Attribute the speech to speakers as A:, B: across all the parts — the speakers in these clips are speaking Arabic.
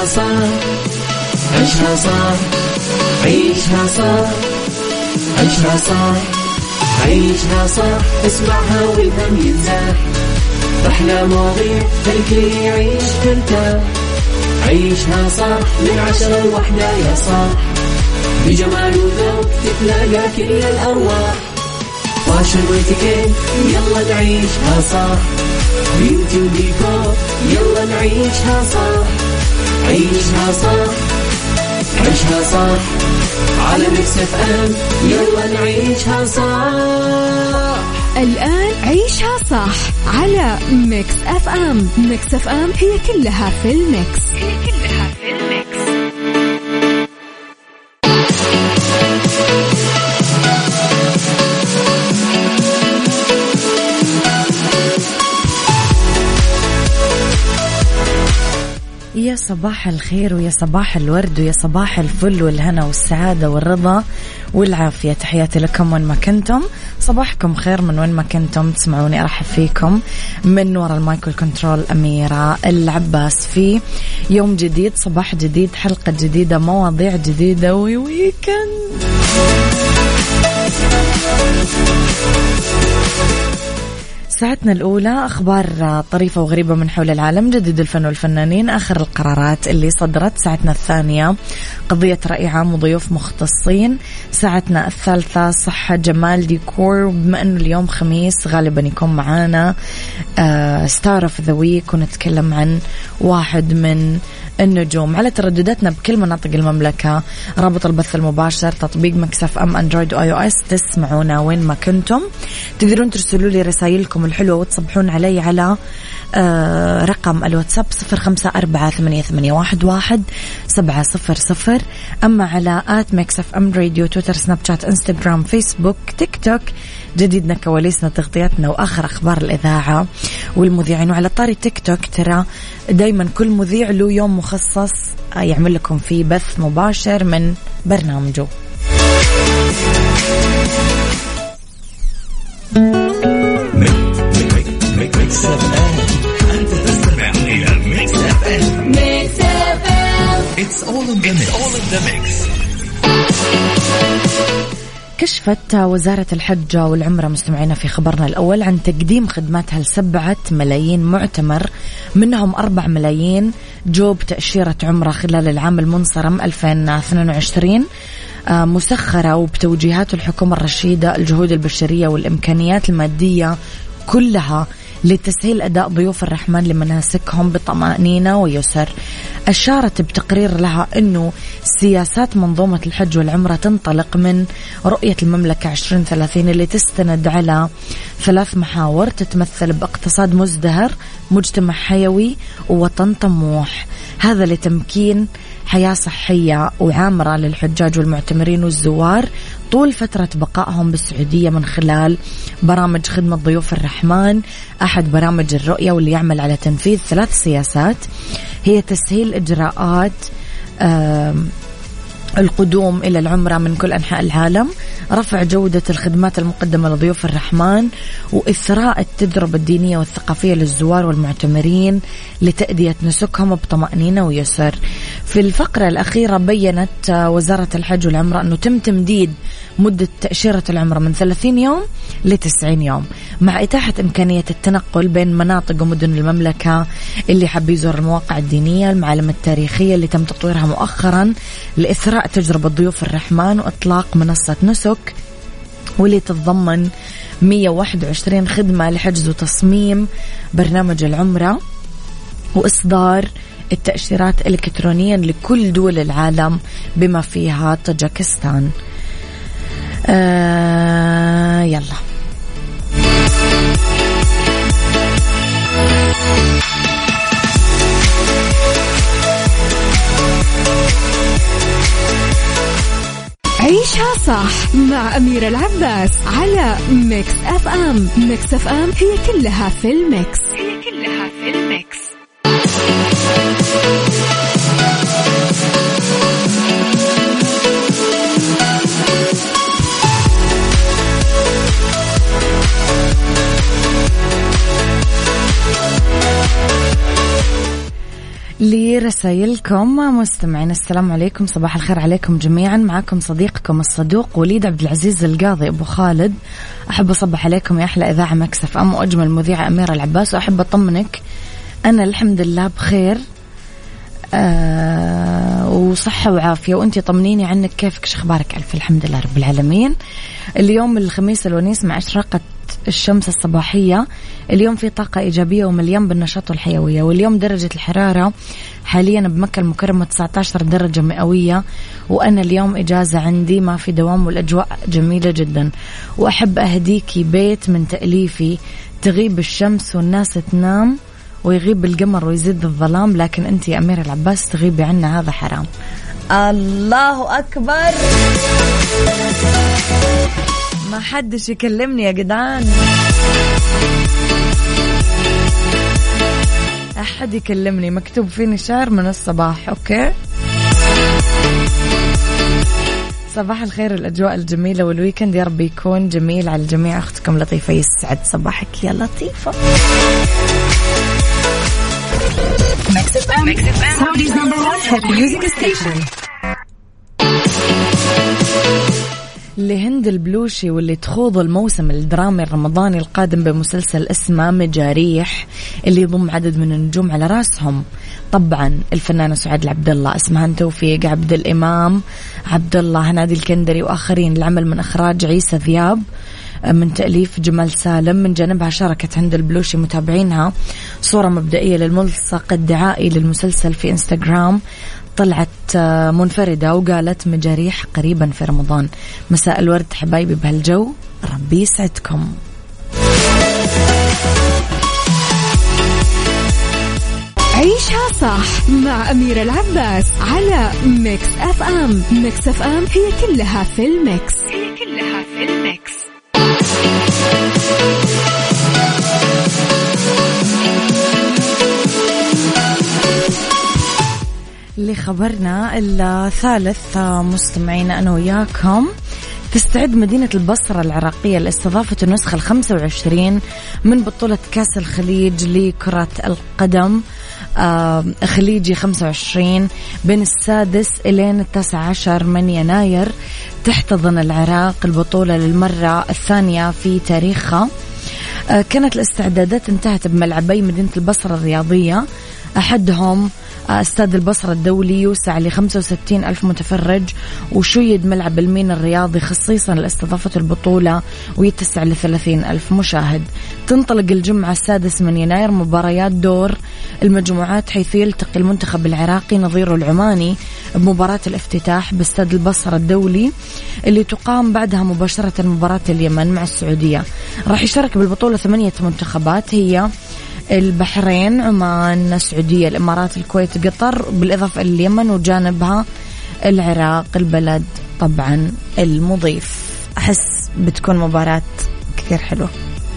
A: عيشها صح عيشها صح عيشها صح عيشها صح عيشها صح اسمعها والهم ينزاح أحلى مواضيع الكل يعيش ترتاح عيشها صح من 10 ل1 يا صاح بجمال وذوق تتلاقى كل الأرواح فاشل واتيكيت يلا نعيشها صح بيوتي وديكور يلا نعيشها صح عيشها صح عيشها صح على ميكس اف ام يلا نعيشها صح.
B: الآن عيشها صح على ميكس اف ام. ميكس اف ام هي كلها في الميكس.
C: يا صباح الخير ويا صباح الورد ويا صباح الفل والهنا والسعادة والرضا والعافية. تحياتي لكم وين ما كنتم، صباحكم خير من وين ما كنتم تسمعوني. أرحب فيكم من وراء المايك والكنترول أميرة العباس في يوم جديد، صباح جديد، حلقة جديدة، مواضيع جديدة وويكند. ساعتنا الأولى أخبار طريفة وغريبة من حول العالم، جديد الفن والفنانين، آخر القرارات اللي صدرت. ساعتنا الثانية قضية رأي عام وضيوف مختصين. ساعتنا الثالثة صحة جمال ديكور، بما أنه اليوم خميس غالبا يكون معانا ستار اوف ذا ويك ونتكلم عن واحد من النجوم. على تردداتنا بكل مناطق المملكة، رابط البث المباشر، تطبيق ميكس اف ام اندرويد واي او اس، تسمعونا وين ما كنتم. تقدرون ترسلوا لي رسائلكم الحلوة وتصبحون علي على رقم الواتساب 0548811700. أما على ميكس اف ام راديو، تويتر، سناب شات، انستغرام، فيسبوك، تيك توك، جديدنا، كواليسنا، تغطياتنا وآخر أخبار الإذاعة والمذيعين. وعلى طاري تيك توك، ترى دايما كل مذيع له يوم مخصص يعمل لكم فيه بث مباشر من برنامجه. كشفت وزارة الحج والعمرة مستمعينا في خبرنا الأول عن تقديم خدماتها ل7 ملايين معتمر، منهم 4 ملايين جوب تأشيرة عمرة خلال العام المنصرم 2022، مسخرة وبتوجيهات الحكومة الرشيدة الجهود البشرية والإمكانيات المادية كلها لتسهيل أداء ضيوف الرحمن لمناسكهم بطمأنينة ويسر. أشارت بتقرير لها أنه سياسات منظومة الحج والعمرة تنطلق من رؤية المملكة 2030 اللي تستند على 3 محاور تتمثل باقتصاد مزدهر، مجتمع حيوي، ووطن طموح. هذا لتمكين حياة صحية وعامرة للحجاج والمعتمرين والزوار طول فترة بقائهم بالسعودية من خلال برامج خدمة ضيوف الرحمن، أحد برامج الرؤية واللي يعمل على تنفيذ 3 سياسات هي تسهيل إجراءات القدوم إلى العمرة من كل أنحاء العالم، رفع جودة الخدمات المقدمة لضيوف الرحمن، وإثراء التجربة الدينية والثقافية للزوار والمعتمرين لتأدية نسكهم بطمأنينة ويسر. في الفقرة الأخيرة بيّنت وزارة الحج والعمرة أنه تم تمديد مدة تأشيرة العمرة من 30 يوم ل90 يوم، مع إتاحة إمكانية التنقل بين مناطق ومدن المملكة اللي حب يزور المواقع الدينية، المعالم التاريخية اللي تم تطويرها مؤخرا لإثراء تجربة ضيوف الرحمن، وإطلاق منصة نسك واللي تتضمن 121 خدمة لحجز وتصميم برنامج العمرة، وإصدار التأشيرات إلكترونيا لكل دول العالم بما فيها طاجيكستان. يلا
B: عيشها صح مع أميرة العباس على ميكس اف ام. ميكس اف ام هي كلها في الميكس.
C: لرسائلكم مستمعين. السلام عليكم، صباح الخير عليكم جميعا. معكم صديقكم الصدوق وليد عبد العزيز القاضي أبو خالد. أحب أصبح عليكم يا أحلى إذاعة مكس اف ام وأجمل مذيعة أميرة العباس، وأحب أطمنك أنا الحمد لله بخير وصحة وعافية، وأنتي طمنيني عنك كيفك، شخبارك؟ ألف الحمد لله رب العالمين. اليوم الخميس الونيس مع إشراقة الشمس الصباحية. اليوم في طاقة إيجابية ومليان بالنشاط والحيوية. واليوم درجة الحرارة حاليا بمكة المكرمة 19 درجة مئوية، وأنا اليوم إجازة عندي ما في دوام والأجواء جميلة جدا. وأحب أهديكي بيت من تأليفي، تغيب الشمس والناس تنام ويغيب القمر ويزيد الظلام، لكن أنت يا أميرة العباس تغيبي عنا، هذا حرام. الله أكبر، ما حدش يكلمني يا جدعان، أحد يكلمني، مكتوب فيني شعر من الصباح. أوكي، صباح الخير، الأجواء الجميلة والويكند يا رب يكون جميل على الجميع. أختكم لطيفة، يسعد صباحك يا لطيفة. Saudi's number one hit music station. لهند البلوشي واللي تخوض الموسم الدرامي الرمضاني القادم بمسلسل اسمه مجاريح، اللي يضم عدد من النجوم على راسهم طبعا الفنانة سعاد العبد الله، اسمهان توفيق، عبد الإمام عبد الله، هنادي الكندري وآخرين. العمل من إخراج عيسى ذياب، من تأليف جمال سالم. من جانبها شاركت هند البلوشي متابعينها صورة مبدئية للملصق الدعائي للمسلسل في إنستغرام، طلعت منفردة وقالت مجاريح قريبا في رمضان. مساء الورد حبايبي بهالجو، ربي يسعدكم.
B: عيشها صح مع أميرة العباس على ميكس اف ام. ميكس اف ام هي كلها في الميكس، هي كلها في الميكس.
C: لخبرنا الثالث مستمعينا أنا وياكم، تستعد مدينة البصرة العراقية لاستضافة النسخة 25 من بطولة كأس الخليج لكرة القدم خليجي 25 بين 6 إلى 19 من يناير. تحتضن العراق البطولة للمرة الثانية في تاريخها. كانت الاستعدادات انتهت بملعبي مدينة البصرة الرياضية، أحدهم استاد البصرة الدولي يوسع ل 65 ألف متفرج، وشيد ملعب المينا الرياضي خصيصا لاستضافة البطولة ويتسع ل 30 ألف مشاهد. تنطلق الجمعة 6 من يناير مباريات دور المجموعات، حيث يلتقي المنتخب العراقي نظيره العماني بمباراة الافتتاح باستاد البصرة الدولي، اللي تقام بعدها مباشرة مباراة اليمن مع السعودية. راح يشارك بالبطولة 8 منتخبات، هي البحرين، عمان، السعودية، الإمارات، الكويت، قطر، بالإضافة إلى اليمن، وجانبها العراق البلد طبعا المضيف. أحس بتكون مباراة كثير حلوة.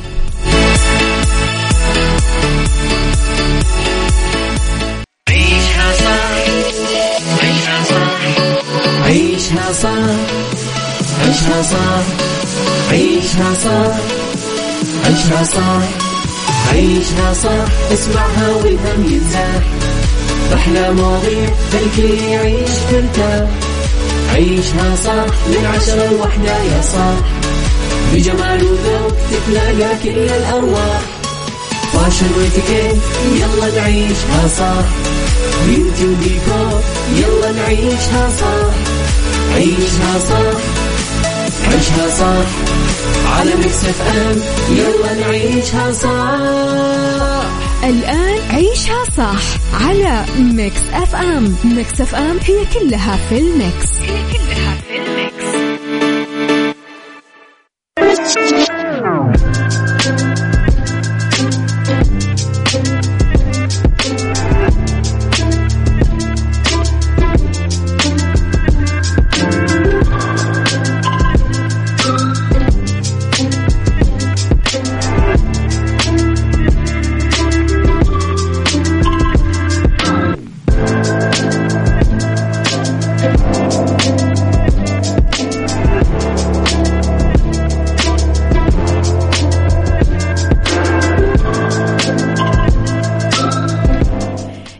A: عيشها صح، عيشها صح، عيشها صح، عيشها صح، عيشها صح، عيشها صح، عيشها صح، اسمعها والهم ينزاح، أحلى مواضيع الكل يعيش ترتاح. عيشها صح من 10 ل1 يا صاح، بجمال وذوق تتلاقى كل الأرواح، فاشل واتيكيت يلا نعيشها صح، بيوتي وديكور يلا نعيشها صح. عيشها صح، عيشها صح، على ميكس اف ام يلا نعيشها صح.
B: الآن عيشها صح على ميكس اف ام. ميكس اف ام هي كلها في الميكس، هي كلها في الميكس.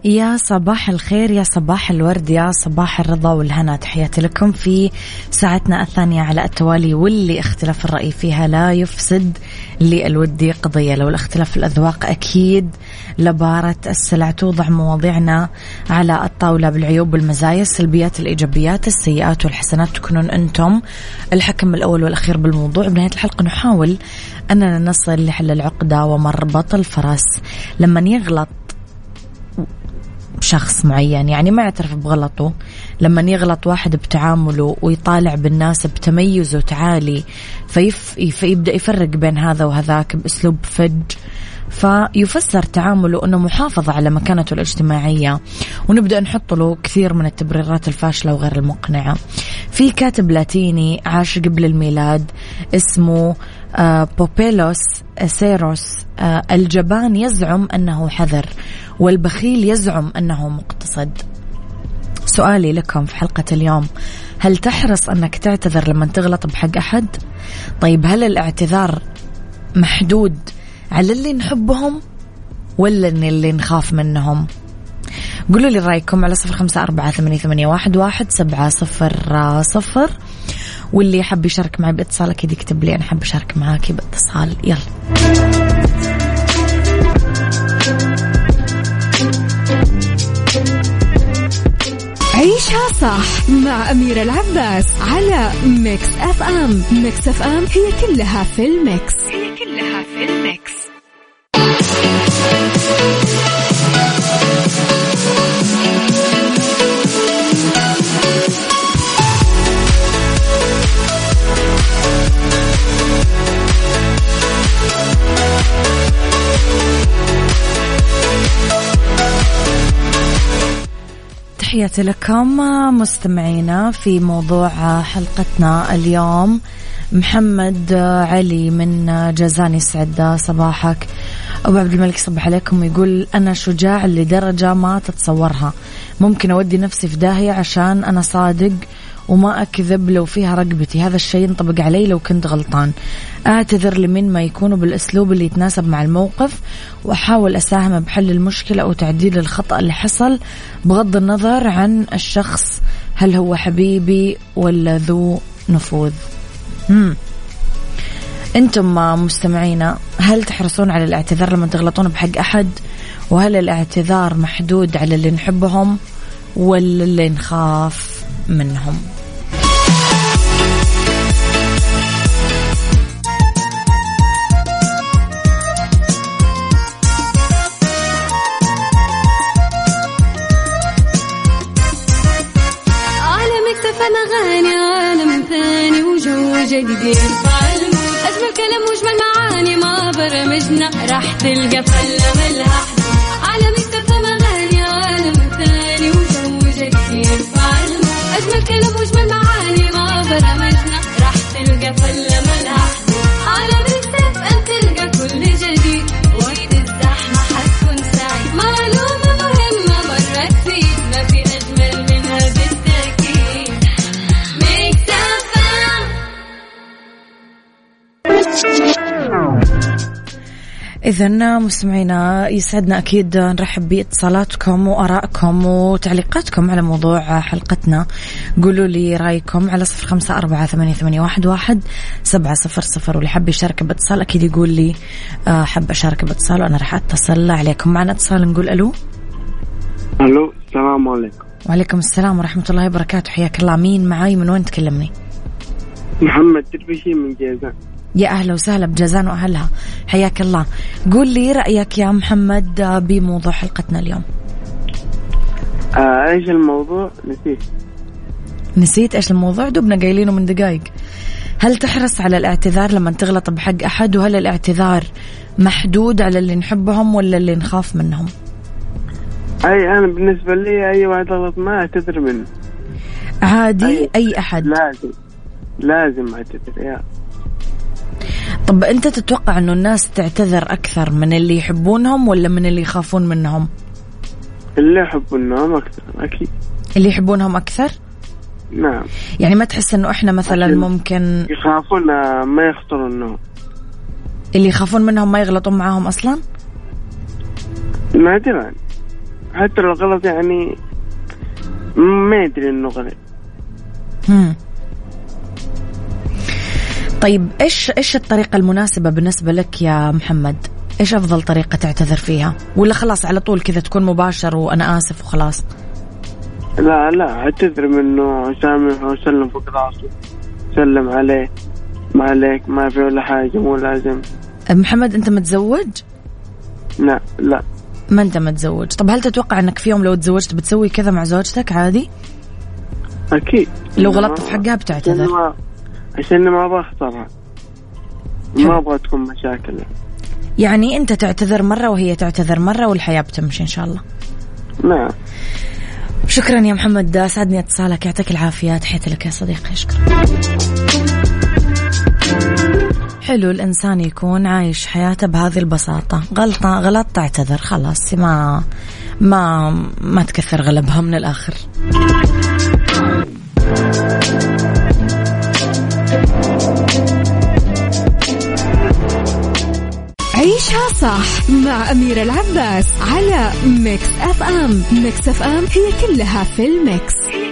C: يا صباح الخير، يا صباح الورد، يا صباح الرضا والهنا. تحياتي لكم في ساعتنا الثانية على التوالي، واللي اختلاف الرأي فيها لا يفسد للودي قضية. لو الاختلاف الأذواق أكيد لبارة السلع. توضع مواضيعنا على الطاولة بالعيوب والمزايا، السلبيات الإيجابيات، السيئات والحسنات. تكونون أنتم الحكم الأول والأخير بالموضوع. بنهاية الحلقة نحاول أننا نصل لحل العقدة ومربط الفرس. لما يغلط شخص معين، يعني ما يعترف بغلطه، لما يغلط واحد بتعامله ويطالع بالناس بتميزه تعالي، فيبدأ يفرق بين هذا وهذاك بأسلوب فج، فيفسر تعامله أنه محافظة على مكانته الاجتماعية، ونبدأ نحط له كثير من التبريرات الفاشلة وغير المقنعة. في كاتب لاتيني عاش قبل الميلاد اسمه بوبيلوس سيروس. الجبان يزعم أنه حذر، والبخيل يزعم أنه مقتصد. سؤالي لكم في حلقة اليوم، هل تحرص أنك تعتذر لما تغلط بحق أحد؟ طيب هل الاعتذار محدود على اللي نحبهم ولا اللي نخاف منهم؟ قولوا لي رأيكم على 0548811700. واللي يحب يشارك معي باتصال أكيد يكتب لي أنا حب أشارك معاكي باتصال. يلا
B: عيشها صح مع أميرة العباس على ميكس أف أم. ميكس أف أم هي كلها في الميكس، هي كلها في الميكس.
C: تحياتي لكم مستمعينا في موضوع حلقتنا اليوم. محمد علي من جازان يسعد صباحك. أبو عبد الملك صبح عليكم ويقول أنا شجاع لدرجة ما تتصورها، ممكن أودي نفسي في داهية عشان أنا صادق وما أكذب لو فيها رقبتي. هذا الشيء ينطبق علي لو كنت غلطان. أعتذر لمن ما يكونوا بالأسلوب اللي يتناسب مع الموقف، وأحاول أساهم بحل المشكلة أو تعديل الخطأ اللي حصل بغض النظر عن الشخص هل هو حبيبي ولا ذو نفوذ. أنتم مستمعينا، هل تحرصون على الاعتذار لما تغلطون بحق أحد؟ وهل الاعتذار محدود على اللي نحبهم ولا اللي نخاف منهم؟
D: أغاني عالم ثاني وجو جديد، أجمل كلام وجمل معاني ما برمجنا راح تلقى فلة ملها على مكتب أغاني عالم ثاني وجو جديد، أجمل كلام وجمل معاني ما برمجنا راح تلقى فلة ملها على مكتب أن تلقى كل جديد، وين الزحمة حتكون سعيد. معلومة مهمة مرة تفيد، ما في أجمل منها بالتأكيد.
C: إذن مستمعينا يسعدنا أكيد نرحب باتصالاتكم وآرائكم وتعليقاتكم على موضوع حلقتنا. قولوا لي رأيكم على 0548811700. واللي حب يشارك باتصال أكيد يقول لي حب أشارك باتصال وأنا راح أتصل عليكم. معنا اتصال، نقول ألو.
E: ألو، السلام عليكم.
C: وعليكم السلام ورحمة الله وبركاته. حياك الله. مين معاي؟ من وين تكلمني؟
E: محمد تربشي من جازان.
C: يا أهلا وسهلا بجازان وأهلها، حياك الله. قول لي رأيك يا محمد بموضوع حلقتنا اليوم.
E: إيش الموضوع؟ نسيت
C: إيش الموضوع؟ دوبنا قايلينه من دقايق. هل تحرص على الاعتذار لما تغلط بحق أحد؟ وهل الاعتذار محدود على اللي نحبهم ولا اللي نخاف منهم؟
E: أنا بالنسبة لي أي واحد غلط ما أعتذر منه
C: عادي. أي أحد
E: لازم أعتذر يا.
C: طب أنت تتوقع أنه الناس تعتذر أكثر من اللي يحبونهم ولا من اللي يخافون منهم؟
E: اللي يحبونهم أكثر أكيد.
C: اللي يحبونهم أكثر؟
E: نعم.
C: يعني ما تحس أنه إحنا مثلا ممكن
E: يخافون ما يخطرون،
C: اللي يخافون منهم ما يغلطون معاهم أصلا؟
E: نادرا حتى لو غلط يعني ما يدري إنه غلط.
C: طيب إيش الطريقة المناسبة بالنسبة لك يا محمد؟ إيش أفضل طريقة تعتذر فيها؟ ولا خلاص على طول كذا تكون مباشر وأنا آسف وخلاص؟
E: لا اعتذر منه، سامحه وسلم فوق راسه، سلم عليه، ما عليك، ما في ولا حاجة، مو لازم.
C: محمد أنت متزوج؟
E: لا
C: ما أنت متزوج. طب هل تتوقع أنك في يوم لو تزوجت بتسوي كذا مع زوجتك عادي؟
E: أكيد.
C: لو غلطت في حقها بتعتذر؟
E: عشان ما أبغى أخسرها، ما أبغى تكون مشاكل.
C: يعني أنت تعتذر مرة وهي تعتذر مرة والحياة بتمشي إن شاء الله.
E: نعم.
C: شكرا يا محمد، سعدني اتصالك، يعطيك العافية، تحياتي لك يا صديقي. شكرا. حلو الإنسان يكون عايش حياته بهذه البساطة، غلط تعتذر خلاص، ما تكثر غلبها من الآخر.
B: عيشها صح مع أميرة العباس على ميكس أف أم. ميكس أف أم هي كلها في الميكس.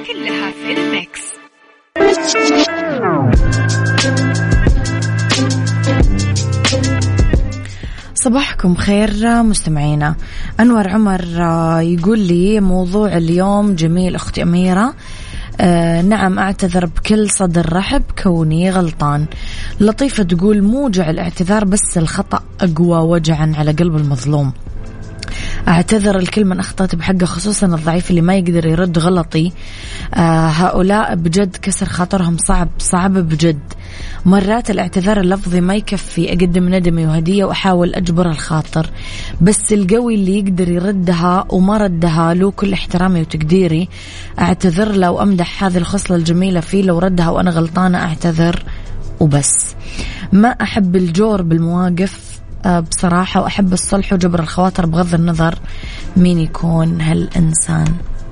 C: صباحكم خير مستمعينا. أنور عمر يقول لي موضوع اليوم جميل أختي أميرة. نعم أعتذر بكل صدر رحب كوني غلطان. لطيفة تقول موجع الاعتذار بس الخطأ أقوى وجعا على قلب المظلوم. أعتذر الكل من أخطأت بحقه خصوصا الضعيف اللي ما يقدر يرد غلطي. هؤلاء بجد كسر خاطرهم صعب بجد. مرات الاعتذار اللفظي ما يكفي، أقدم ندمي وهدية وأحاول أجبر الخاطر، بس القوي اللي يقدر يردها وما ردها له كل احترامي وتقديري. أعتذر له وأمدح هذه الخصلة الجميلة فيه، لو ردها وأنا غلطانة أعتذر وبس. ما أحب الجور بالمواقف بصراحة، وأحب الصلح وجبر الخواطر بغض النظر مين يكون هالإنسان.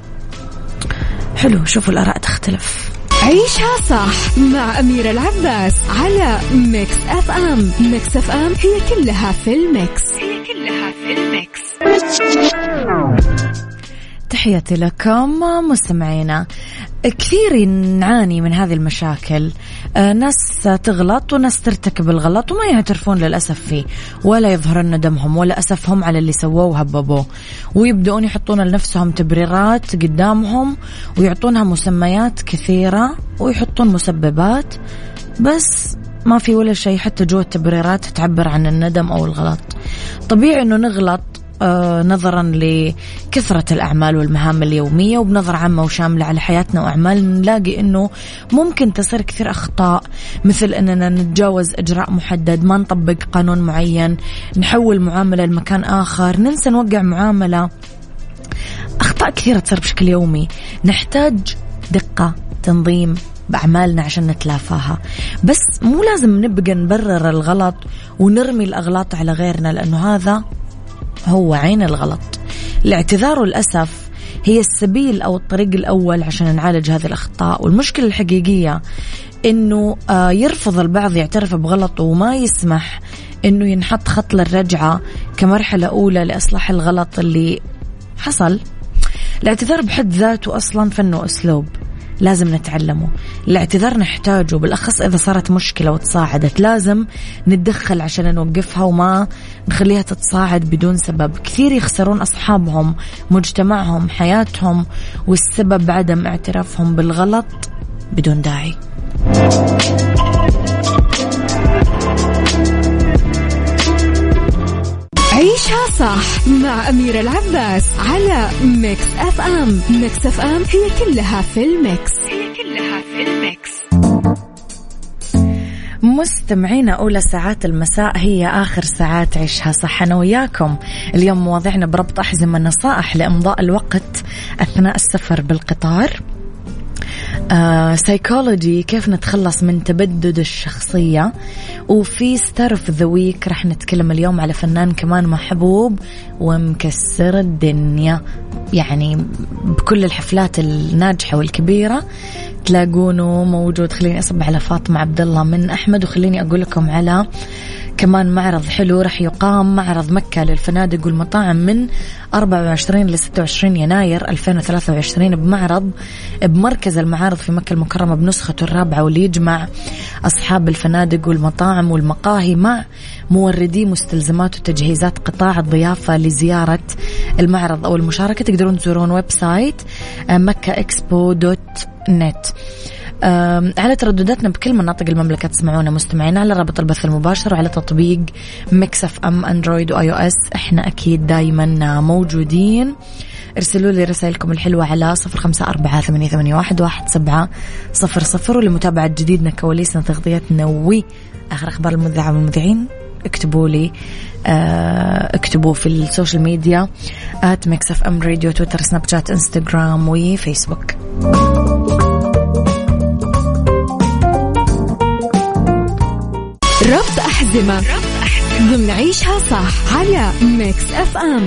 C: حلو، شوفوا الآراء تختلف.
B: عيشها صح مع أميرة العباس على ميكس أف أم. ميكس أف أم هي كلها في الميكس.
C: تحياتي لكم مستمعينا. كثير نعاني من هذه المشاكل، ناس تغلط وناس ترتكب الغلط وما يعترفون للأسف فيه ولا يظهرون ندمهم ولا أسفهم على اللي سووه وهببوه، ويبدأون يحطون لنفسهم تبريرات قدامهم ويعطونها مسميات كثيرة ويحطون مسببات، بس ما في ولا شيء حتى جوا التبريرات تعبر عن الندم أو الغلط. طبيعي أنه نغلط نظرا لكثرة الأعمال والمهام اليومية، وبنظرة عامة وشاملة على حياتنا وأعمال نلاقي أنه ممكن تصير كثير أخطاء، مثل أننا نتجاوز إجراء محدد، ما نطبق قانون معين، نحول معاملة لمكان آخر، ننسى نوقع معاملة. أخطاء كثيرة تصير بشكل يومي، نحتاج دقة تنظيم بأعمالنا عشان نتلافاها. بس مو لازم نبقى نبرر الغلط ونرمي الأغلاط على غيرنا، لأنه هذا هو عين الغلط. الاعتذار والأسف هي السبيل أو الطريق الأول عشان نعالج هذه الأخطاء. والمشكلة الحقيقية إنه يرفض البعض يعترف بغلطه وما يسمح إنه ينحط خط للرجعة كمرحلة أولى لإصلاح الغلط اللي حصل. الاعتذار بحد ذاته أصلا فن وأسلوب لازم نتعلمه. الاعتذار نحتاجه بالأخص إذا صارت مشكلة وتصاعدت، لازم نتدخل عشان نوقفها وما نخليها تتصاعد بدون سبب. كثير يخسرون أصحابهم، مجتمعهم، حياتهم، والسبب عدم اعترافهم بالغلط بدون داعي.
B: عيشها صح مع أميرة العباس على ميكس أف أم. ميكس أف أم هي كلها في الميكس.
C: مستمعينا، أولى ساعات المساء هي آخر ساعات عيشها صح. أنا وياكم اليوم مواضيعنا بربط أحزمة، نصائح لإمضاء الوقت أثناء السفر بالقطار، سايكولوجي كيف نتخلص من تبدد الشخصية، وفي ستار اوف ذا ويك رح نتكلم اليوم على فنان كمان محبوب ومكسر الدنيا، يعني بكل الحفلات الناجحة والكبيرة تلاقونه موجود. خليني أصب على فاطمة عبد الله من أحمد، وخليني أقول لكم على كمان معرض حلو رح يقام معرض مكة للفنادق والمطاعم من 24 ل 26 يناير 2023 بمركز المعارض في مكة المكرمة بنسخته الرابعة، واللي يجمع أصحاب الفنادق والمطاعم والمقاهي مع موردي مستلزمات وتجهيزات قطاع الضيافة لزيارة المعرض أو المشاركة. تقدرون تزورون ويب سايت meccaexpo.net. على تردداتنا بكل مناطق المملكة تسمعونا مستمعين على رابط البث المباشر وعلى تطبيق ميكس اف ام اندرويد واي او اس. احنا اكيد دايما موجودين. ارسلوا لي رسائلكم الحلوة على 0548811700 ولمتابعة جديدنا كواليسنا تغطيتنا وآخر أخبار المذيعة والمذيعين اكتبوا لي اكتبوا في السوشيال ميديا @mixfmradio تويتر سناب شات انستغرام وفيسبوك.
B: ربط أحزمة ضمن عيشها صح على ميكس اف ام.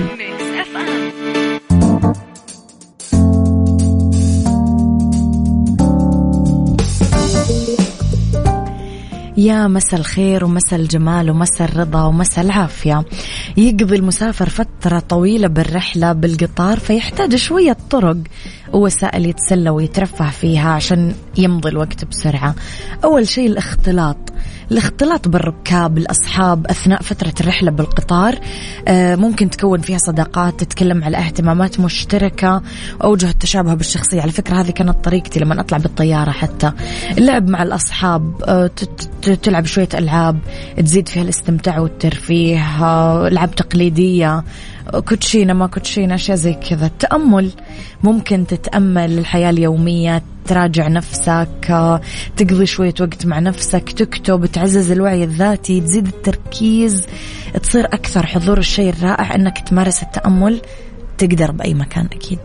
C: يا مساء الخير ومساء الجمال ومساء الرضا ومساء العافية. يقضي المسافر فترة طويلة بالرحلة بالقطار فيحتاج شوية طرق ووسائل يتسلى ويترفه فيها عشان يمضي الوقت بسرعة. أول شيء الاختلاط بالركاب الأصحاب أثناء فترة الرحلة بالقطار. ممكن تكون فيها صداقات، تتكلم على اهتمامات مشتركة وأوجه التشابه بالشخصية. على فكرة هذه كانت طريقتي لما أطلع بالطيارة، حتى اللعب مع الأصحاب، تلعب شوية ألعاب تزيد فيها الاستمتاع والترفيه، ألعاب تقليدية، كوتشينة ما كوتشينة، أشياء زي كذا. التأمل، ممكن تتأمل الحياة اليومية، تراجع نفسك، تقضي شوية وقت مع نفسك، تكتب، تعزز الوعي الذاتي، تزيد التركيز، تصير أكثر حضور. الشيء الرائع أنك تمارس التأمل، تقدر بأي مكان أكيد.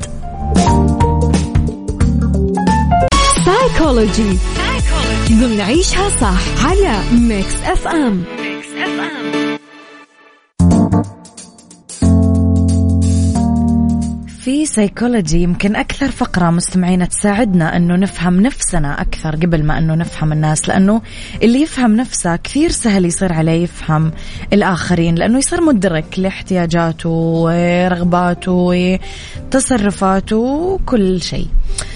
B: سايكولوجي ضمن عيشها صح على ميكس اف ام.
C: في سايكولوجي يمكن أكثر فقرة مستمعين تساعدنا أنه نفهم نفسنا أكثر قبل ما أنه نفهم الناس، لأنه اللي يفهم نفسه كثير سهل يصير عليه يفهم الآخرين، لأنه يصير مدرك لاحتياجاته ورغباته وتصرفاته وكل شيء.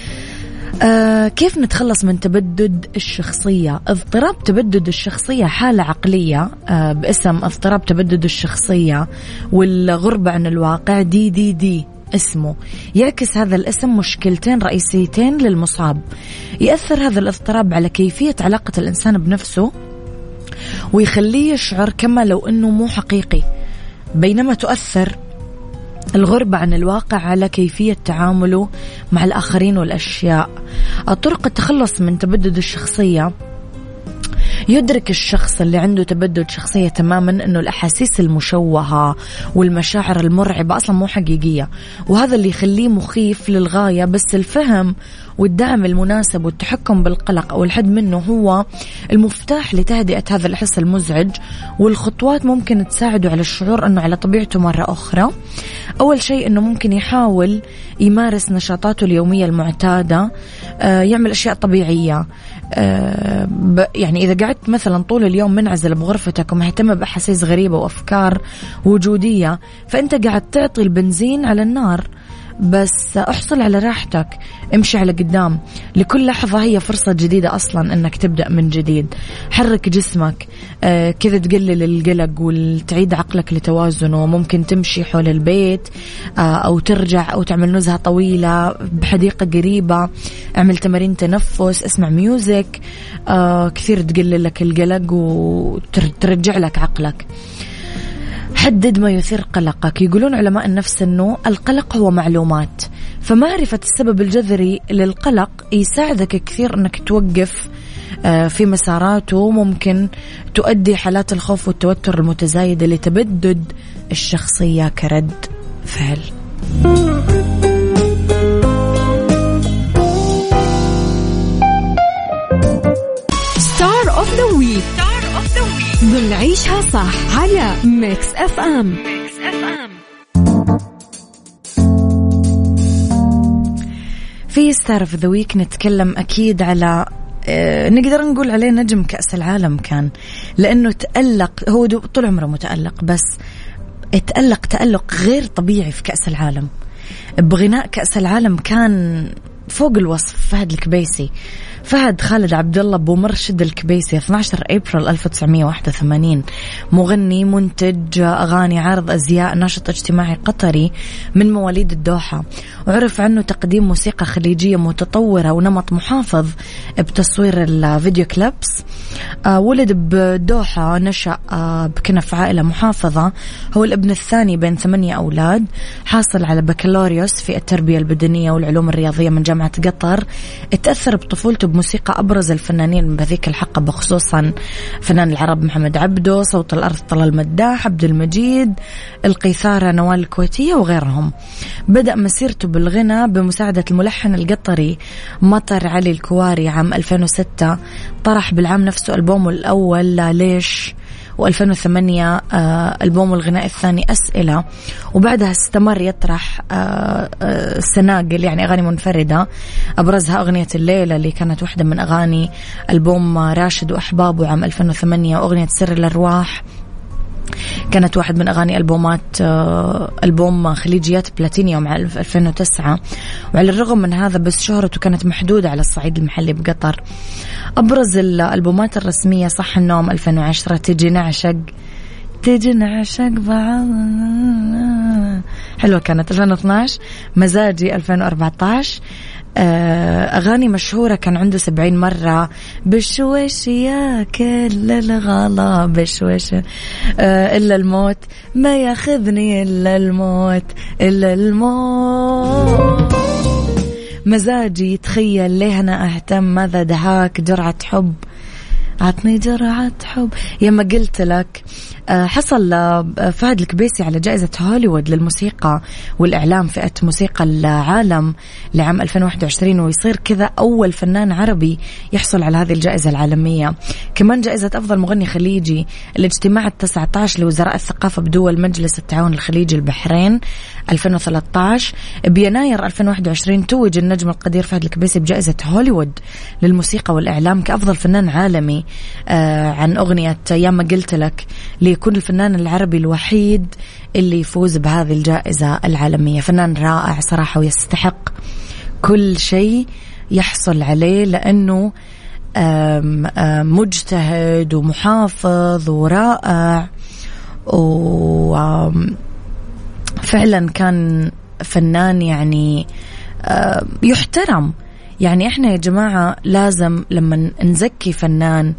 C: كيف نتخلص من تبدد الشخصية؟ اضطراب تبدد الشخصية حالة عقلية باسم اضطراب تبدد الشخصية والغربة عن الواقع، دي اسمه. يعكس هذا الاسم مشكلتين رئيسيتين للمصاب. يأثر هذا الاضطراب على كيفية علاقة الإنسان بنفسه ويخليه يشعر كما لو أنه مو حقيقي، بينما تؤثر الغربة عن الواقع على كيفية تعامله مع الآخرين والأشياء. طرق التخلص من تبدد الشخصية: يدرك الشخص اللي عنده تبدد شخصية تماما أنه الأحاسيس المشوهة والمشاعر المرعبة أصلا مو حقيقية، وهذا اللي يخليه مخيف للغاية. بس الفهم والدعم المناسب والتحكم بالقلق أو الحد منه هو المفتاح لتهدئة هذا الإحساس المزعج، والخطوات ممكن تساعده على الشعور أنه على طبيعته مرة أخرى. أول شيء أنه ممكن يحاول يمارس نشاطاته اليومية المعتادة، يعمل أشياء طبيعية. يعني إذا قعدت مثلا طول اليوم منعزل بغرفتك ومهتم بأحاسيس غريبة وأفكار وجودية، فأنت قاعد تعطي البنزين على النار. بس احصل على راحتك، امشي على قدام، لكل لحظة هي فرصة جديدة أصلا أنك تبدأ من جديد. حرك جسمك كذا تقلل القلق وتعيد عقلك لتوازنه. ممكن تمشي حول البيت أو ترجع أو تعمل نزهة طويلة بحديقة قريبة، اعمل تمارين تنفس، اسمع ميوزك، كثير تقلل لك القلق وترجع لك عقلك. حدد ما يثير قلقك. يقولون علماء النفس أنه القلق هو معلومات، فمعرفة السبب الجذري للقلق يساعدك كثير أنك توقف في مساراته. ممكن تؤدي حالات الخوف والتوتر المتزايدة لتبدد الشخصية كرد فعل.
B: ستار اوف ذا ويك ضمن عيشها صح على ميكس اف ام. في ستار اوف ذا ويك نتكلم أكيد على
C: نقدر نقول عليه نجم كأس العالم كان، لأنه تألق، هو طول عمره متألق، بس تألق تألق غير طبيعي في كأس العالم. بغناء كأس العالم كان فوق الوصف. فهد الكبيسي، فهد خالد عبد الله أبو مرشد الكبيسي، 12 أبريل 1981، مغني، منتج أغاني، عارض أزياء، ناشط اجتماعي قطري من مواليد الدوحة، وعرف عنه تقديم موسيقى خليجية متطورة ونمط محافظ بتصوير الفيديو كليبس. ولد بالدوحة، نشأ بكنف عائلة محافظة، هو الابن الثاني بين 8 أولاد، حاصل على بكالوريوس في التربية البدنية والعلوم الرياضية من جامعة قطر. اتأثر بطفولته بموسيقى أبرز الفنانين من بذيك الحقبة، خصوصا فنان العرب محمد عبده، صوت الأرض طلال مداح، عبد المجيد، القيثارة نوال الكويتية وغيرهم. بدأ مسيرته بالغنى بمساعدة الملحن القطري مطر علي الكواري. عام 2006 طرح بالعام نفسه ألبومه الأول ليش، و2008 ألبومه الغنائي الثاني أسئلة، وبعدها استمر يطرح سناقل، يعني أغاني منفردة، أبرزها أغنية الليلة اللي كانت واحدة من أغاني ألبوم راشد وأحبابه عام 2008، وأغنية سر الأرواح كانت واحد من أغاني ألبوم خليجيات بلاتينيوم عام 2009. وعلى الرغم من هذا بس شهرته كانت محدودة على الصعيد المحلي بقطر. أبرز الألبومات الرسمية صح النوم 2010، تيجي نعشق بعض حلوة كانت 2012، مزاجي 2014. أغاني مشهورة كان عنده 70 مرة، بشويش يا كل الغلا، بشويش إلا الموت ما ياخذني إلا الموت، إلا الموت، مزاجي، تخيل ليه أنا أهتم، ماذا دهاك، جرعة حب، عطني جرعة حب، يما قلت لك. حصل فهد الكبيسي على جائزة هوليوود للموسيقى والإعلام فئة موسيقى العالم لعام 2021، ويصير كذا أول فنان عربي يحصل على هذه الجائزة العالمية. كمان جائزة أفضل مغني خليجي الاجتماع 19 لوزراء الثقافة بدول مجلس التعاون الخليجي البحرين 2013. بيناير 2021 توج النجم القدير فهد الكبيسي بجائزة هوليوود للموسيقى والإعلام كأفضل فنان عالمي عن أغنية ياما قلت لك، ليكون الفنان العربي الوحيد اللي يفوز بهذه الجائزة العالمية. فنان رائع صراحة، ويستحق كل شيء يحصل عليه، لأنه مجتهد ومحافظ ورائع، وفعلا كان فنان يعني يحترم. يعني احنا يا جماعة لازم لما نزكي فنان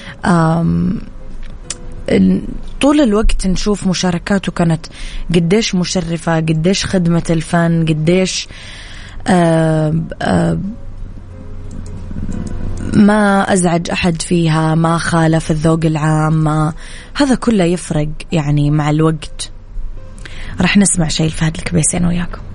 C: طول الوقت نشوف مشاركاته كانت قديش مشرفة، قديش خدمة الفن، قديش ما أزعج أحد فيها، ما خالف الذوق العام، هذا كله يفرق يعني مع الوقت. رح نسمع شيء لفهد الكبيسي أنا وياكم.